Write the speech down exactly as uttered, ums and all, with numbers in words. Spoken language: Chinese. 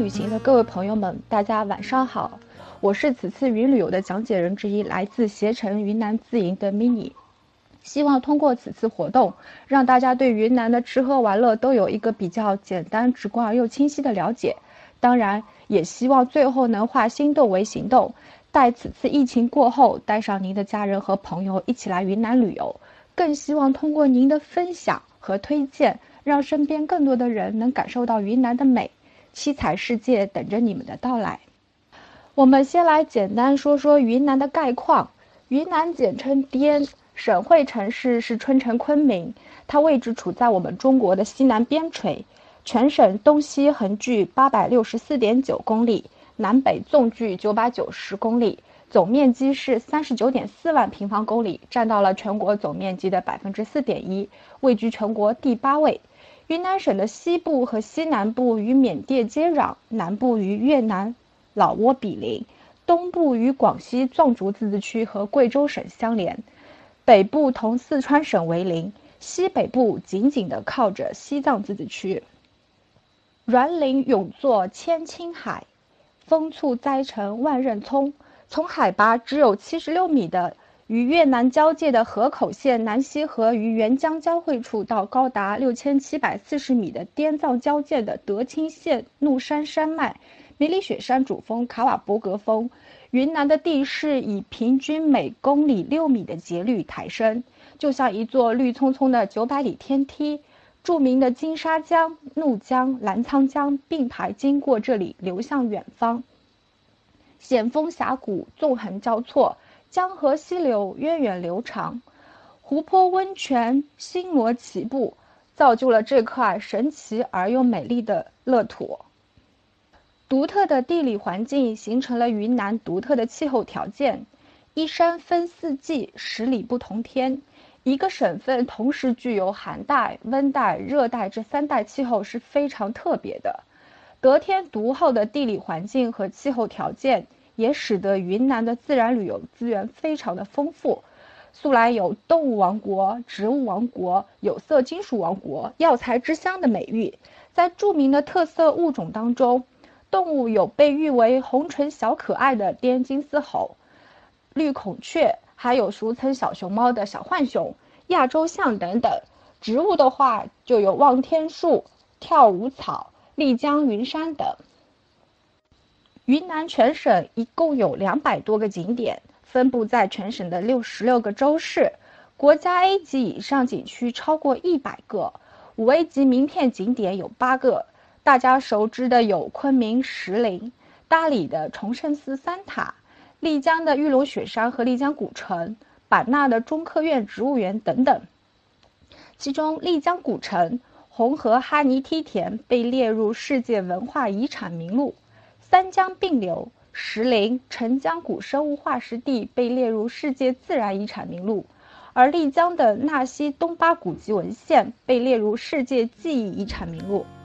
旅行的各位朋友们，大家晚上好，我是此次云旅游的讲解人之一，来自携程云南自营的 mini。希望通过此次活动，让大家对云南的吃喝玩乐都有一个比较简单、直观而又清晰的了解。当然，也希望最后能化心动为行动，待此次疫情过后，带上您的家人和朋友一起来云南旅游。更希望通过您的分享和推荐，让身边更多的人能感受到云南的美，七彩世界等着你们的到来。我们先来简单说说云南的概况。云南简称滇，省会城市是春城昆明，它位置处在我们中国的西南边陲，全省东西横距八百六十四点九公里，南北纵距九百九十公里，总面积是三十九点四万平方公里，占到了全国总面积的百分之四点一，位居全国第八位。云南省的西部和西南部与缅甸接壤，南部与越南老挝比邻，东部与广西壮族自治区和贵州省相连，北部同四川省为邻，西北部紧紧地靠着西藏自治区。滦岭永作千顷海，风簇栽成万仞葱。从海拔只有七十六米的与越南交界的河口县南溪河与沅江交汇处，到高达六千七百四十米的滇藏交界的德钦县怒山山脉、梅里雪山主峰卡瓦博格峰，云南的地势以平均每公里六米的节律抬升，就像一座绿葱葱的九百里天梯。著名的金沙江、怒江、澜沧江并排经过这里，流向远方。险峰峡谷纵横交错，江河溪流源远流长，湖泊温泉星罗棋布，造就了这块神奇而又美丽的乐土。独特的地理环境形成了云南独特的气候条件，依山分四季，十里不同天。一个省份同时具有寒带、温带、热带这三带气候是非常特别的。得天独厚的地理环境和气候条件，也使得云南的自然旅游资源非常的丰富。素来有动物王国、植物王国、有色金属王国、药材之乡的美誉。在著名的特色物种当中，动物有被誉为红唇小可爱的滇金丝猴、绿孔雀，还有俗称小熊猫的小浣熊、亚洲象等等。植物的话就有望天树、跳舞草、丽江云杉等。云南全省一共有两百多个景点，分布在全省的六十六个州市，国家 A 级以上景区超过一百个，五 A 级名片景点有八个。大家熟知的有昆明石林、大理的崇圣寺三塔、丽江的玉龙雪山和丽江古城、版纳的中科院植物园等等。其中丽江古城、红河哈尼梯田被列入世界文化遗产名录，三江并流、石林、澄江古生物化石地被列入世界自然遗产名录，而丽江的纳西东巴古籍文献被列入世界记忆遗产名录。